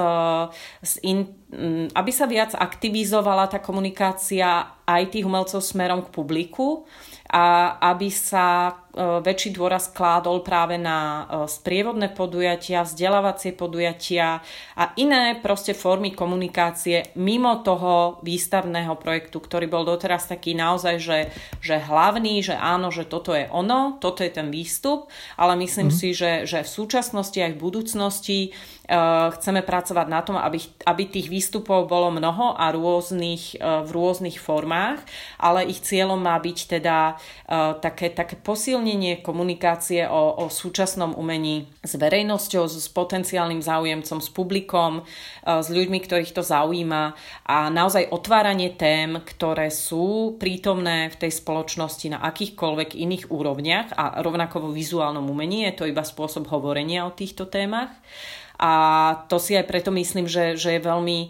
viac aktivizovala tá komunikácia aj tých umelcov smerom k publiku a aby sa väčší dôraz kládol práve na sprievodné podujatia, vzdelávacie podujatia a iné proste formy komunikácie mimo toho výstavného projektu, ktorý bol doteraz taký naozaj, že hlavný, že áno, že toto je ono, toto je ten výstup, ale myslím si, že v súčasnosti aj v budúcnosti chceme pracovať na tom, aby tých výstupov bolo mnoho a v rôznych formách, ale ich cieľom má byť teda také posilnenie komunikácie o súčasnom umení s verejnosťou, s potenciálnym záujemcom, s publikom, s ľuďmi, ktorých to zaujíma a naozaj otváranie tém, ktoré sú prítomné v tej spoločnosti na akýchkoľvek iných úrovniach a rovnako vo vizuálnom umení, je to iba spôsob hovorenia o týchto témach. A to si aj preto myslím, že je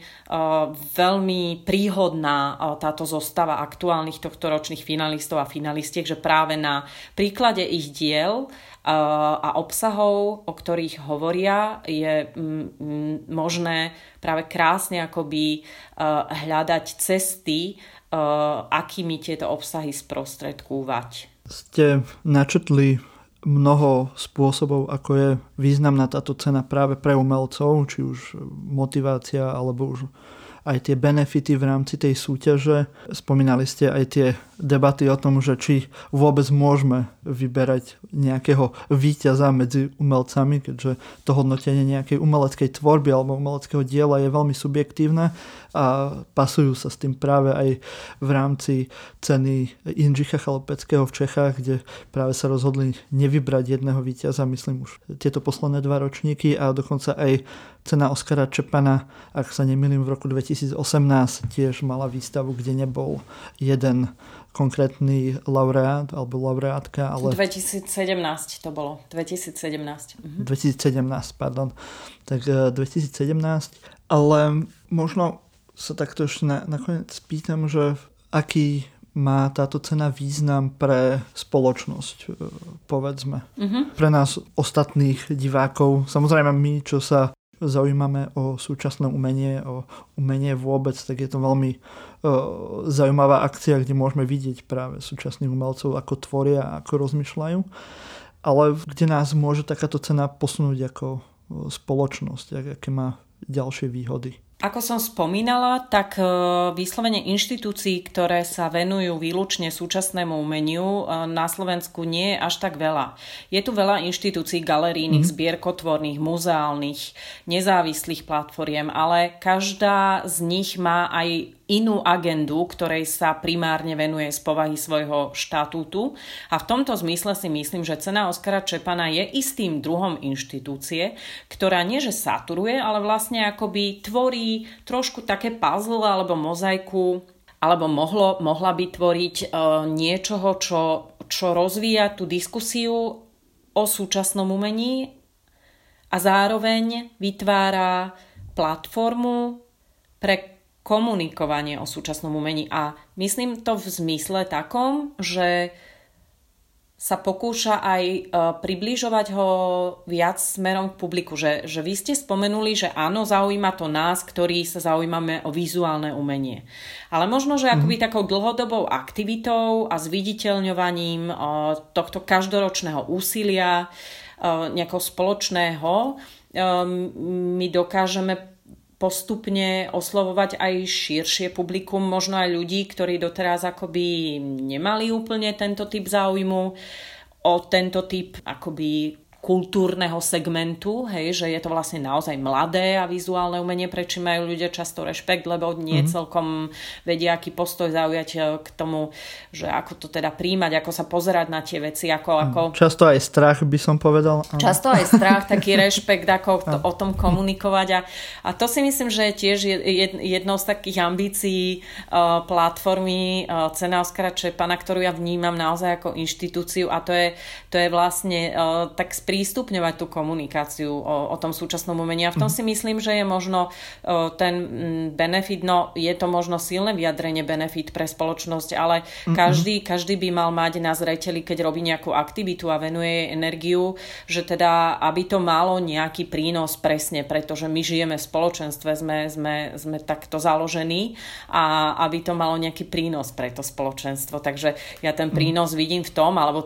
veľmi príhodná táto zostava aktuálnych tohtoročných finalistov a finalistiek, že práve na príklade ich diel a obsahov, o ktorých hovoria, je možné práve krásne akoby hľadať cesty, akými tieto obsahy sprostredkúvať. Ste načetli mnoho spôsobov, ako je významná táto cena práve pre umelcov, či už motivácia, alebo už aj tie benefity v rámci tej súťaže. Spomínali ste aj tie debaty o tom, že či vôbec môžeme vyberať nejakého víťaza medzi umelcami, keďže to hodnotenie nejakej umeleckej tvorby alebo umeleckého diela je veľmi subjektívne a pasujú sa s tým práve aj v rámci ceny Jindřicha Chalopeckého v Čechách, kde práve sa rozhodli nevybrať jedného víťaza, myslím už tieto posledné 2 ročníky a dokonca aj cena Oskara Čepana, ak sa nemýlim, v roku 2018 tiež mala výstavu, kde nebol jeden konkrétny laureát alebo laureátka, ale 2017 to bolo. 2017. 2017, pardon. Tak 2017, ale možno sa takto ešte nakoniec spýtam, že aký má táto cena význam pre spoločnosť, povedzme. Pre nás ostatných divákov, samozrejme my, čo sa zaujímame o súčasné umenie, o umenie vôbec, tak je to veľmi zaujímavá akcia, kde môžeme vidieť práve súčasných umelcov, ako tvoria a ako rozmýšľajú. Ale kde nás môže takáto cena posunúť ako spoločnosť, aké má ďalšie výhody. Ako som spomínala, tak vyslovene inštitúcií, ktoré sa venujú výlučne súčasnému umeniu, na Slovensku nie je až tak veľa. Je tu veľa inštitúcií galerijných, zbierkotvorných, muzeálnych, nezávislých platformiem, ale každá z nich má aj inú agendu, ktorej sa primárne venuje z povahy svojho štatútu. A v tomto zmysle si myslím, že cena Oskara Čepana je istým druhom inštitúcie, ktorá nie že saturuje, ale vlastne akoby tvorí trošku také puzzle alebo mozaiku, alebo mohla by tvoriť niečoho, čo rozvíja tú diskusiu o súčasnom umení a zároveň vytvára platformu pre komunikovanie o súčasnom umení. A myslím to v zmysle takom, že sa pokúša aj približovať ho viac smerom k publiku. Že vy ste spomenuli, že áno, zaujíma to nás, ktorí sa zaujímame o vizuálne umenie. Ale možno, že akoby takou dlhodobou aktivitou a zviditeľňovaním tohto každoročného úsilia nejakého spoločného my dokážeme postupne oslovovať aj širšie publikum, možno aj ľudí, ktorí doteraz akoby nemali úplne tento typ záujmu o tento typ akoby kultúrneho segmentu, hej, že je to vlastne naozaj mladé a vizuálne umenie, prečo majú ľudia často rešpekt, lebo nie celkom vedia, aký postoj zaujať k tomu, že ako to teda príjmať, ako sa pozerať na tie veci, ako... Často aj strach, by som povedal. Často aj strach, taký rešpekt, ako o tom komunikovať a to si myslím, že je tiež jednou z takých ambícií platformy Cena Oskara Čepana, ktorú ja vnímam naozaj ako inštitúciu a to je vlastne tak sprístupňovať tú komunikáciu o tom súčasnom umení. A v tom si myslím, že je možno ten benefit, no je to možno silné vyjadrenie benefit pre spoločnosť, ale každý by mal mať na zreteli, keď robí nejakú aktivitu a venuje jej energiu, že teda, aby to malo nejaký prínos presne, pretože my žijeme v spoločenstve, sme takto založení a aby to malo nejaký prínos pre to spoločenstvo. Takže ja ten prínos vidím v tom, alebo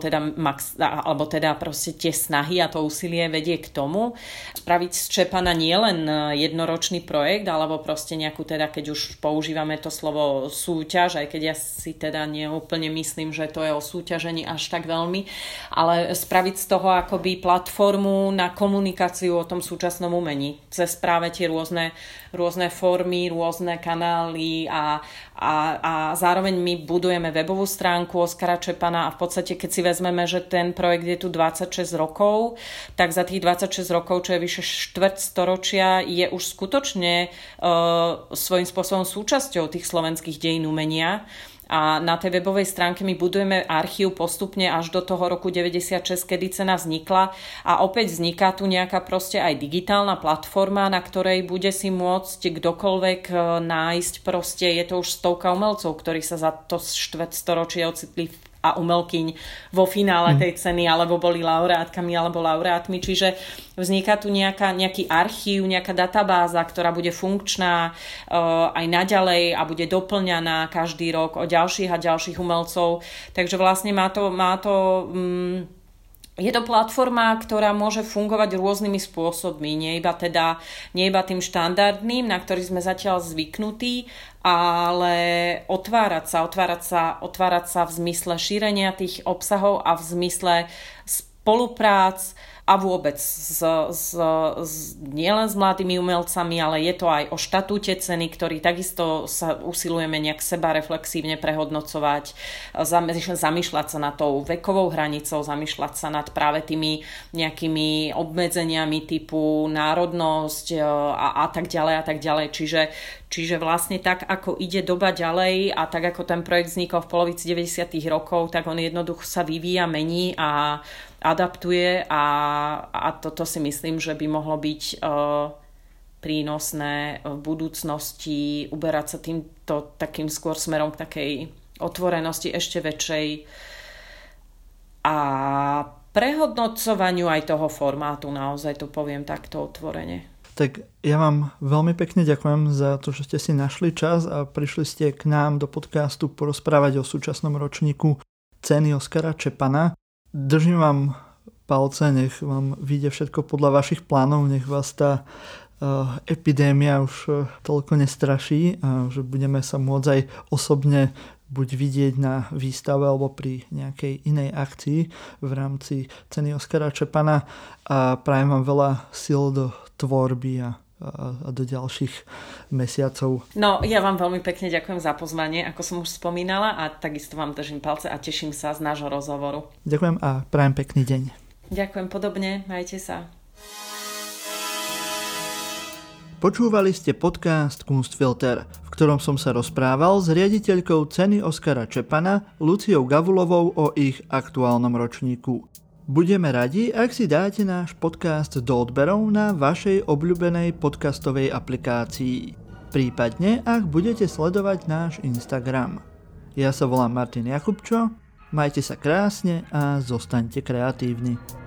teda proste tie snahy a to úsilie vedie k tomu spraviť z Čepana nie len jednoročný projekt, alebo proste nejakú teda, keď už používame to slovo súťaž, aj keď ja si teda neúplne myslím, že to je o súťažení až tak veľmi, ale spraviť z toho akoby platformu na komunikáciu o tom súčasnom umení. Cez práve tie rôzne formy, rôzne kanály a zároveň my budujeme webovú stránku Oskara Čepana a v podstate, keď si vezmeme, že ten projekt je tu 26 rokov, tak za tých 26 rokov, čo je vyše štvrť storočia, je už skutočne svojím spôsobom súčasťou tých slovenských dejín umenia. A na tej webovej stránke my budujeme archív postupne až do toho roku 96, kedy cena vznikla a opäť vzniká tu nejaká proste aj digitálna platforma, na ktorej bude si môcť kdokoľvek nájsť proste, je to už stovka umelcov, ktorí sa za to štvrťstoročie ocitli a umelkyň vo finále tej ceny, alebo boli laureátkami, alebo laureátmi. Čiže vzniká tu nejaký archív, nejaká databáza, ktorá bude funkčná aj naďalej a bude doplňaná každý rok o ďalších a ďalších umelcov. Takže vlastne je to platforma, ktorá môže fungovať rôznymi spôsobmi, nie iba tým štandardným, na ktorý sme zatiaľ zvyknutí, ale otvárať sa v zmysle šírenia tých obsahov a v zmysle spoluprác a vôbec nielen s mladými umelcami, ale je to aj o štatúte ceny, ktorý takisto sa usilujeme nejak sebareflexívne prehodnocovať, zamýšľať sa nad tou vekovou hranicou, zamýšľať sa nad práve tými nejakými obmedzeniami typu národnosť a tak ďalej a tak ďalej. Čiže vlastne tak, ako ide doba ďalej a tak, ako ten projekt vznikol v polovici 90. rokov, tak on jednoducho sa vyvíja, mení a adaptuje a toto si myslím, že by mohlo byť prínosné v budúcnosti uberať sa týmto takým skôr smerom k takej otvorenosti ešte väčšej a prehodnocovaniu aj toho formátu, naozaj to poviem takto otvorene. Tak ja vám veľmi pekne ďakujem za to, že ste si našli čas a prišli ste k nám do podcastu porozprávať o súčasnom ročníku ceny Oskara Čepana. Držím vám palce, nech vám vyjde všetko podľa vašich plánov, nech vás tá epidémia už toľko nestraší a že budeme sa môcť aj osobne buď vidieť na výstave alebo pri nejakej inej akcii v rámci ceny Oskara Čepana a prajem vám veľa síl do tvorby a do ďalších mesiacov. No, ja vám veľmi pekne ďakujem za pozvanie, ako som už spomínala, a takisto vám držím palce a teším sa z nášho rozhovoru. Ďakujem a prajem pekný deň. Ďakujem podobne, majte sa. Počúvali ste podcast Kunstfilter, v ktorom som sa rozprával s riaditeľkou ceny Oskara Čepana Luciou Gavulovou o ich aktuálnom ročníku. Budeme radi, ak si dáte náš podcast do odberov na vašej obľúbenej podcastovej aplikácii. Prípadne, ak budete sledovať náš Instagram. Ja sa volám Martin Jakubčo, majte sa krásne a zostaňte kreatívni.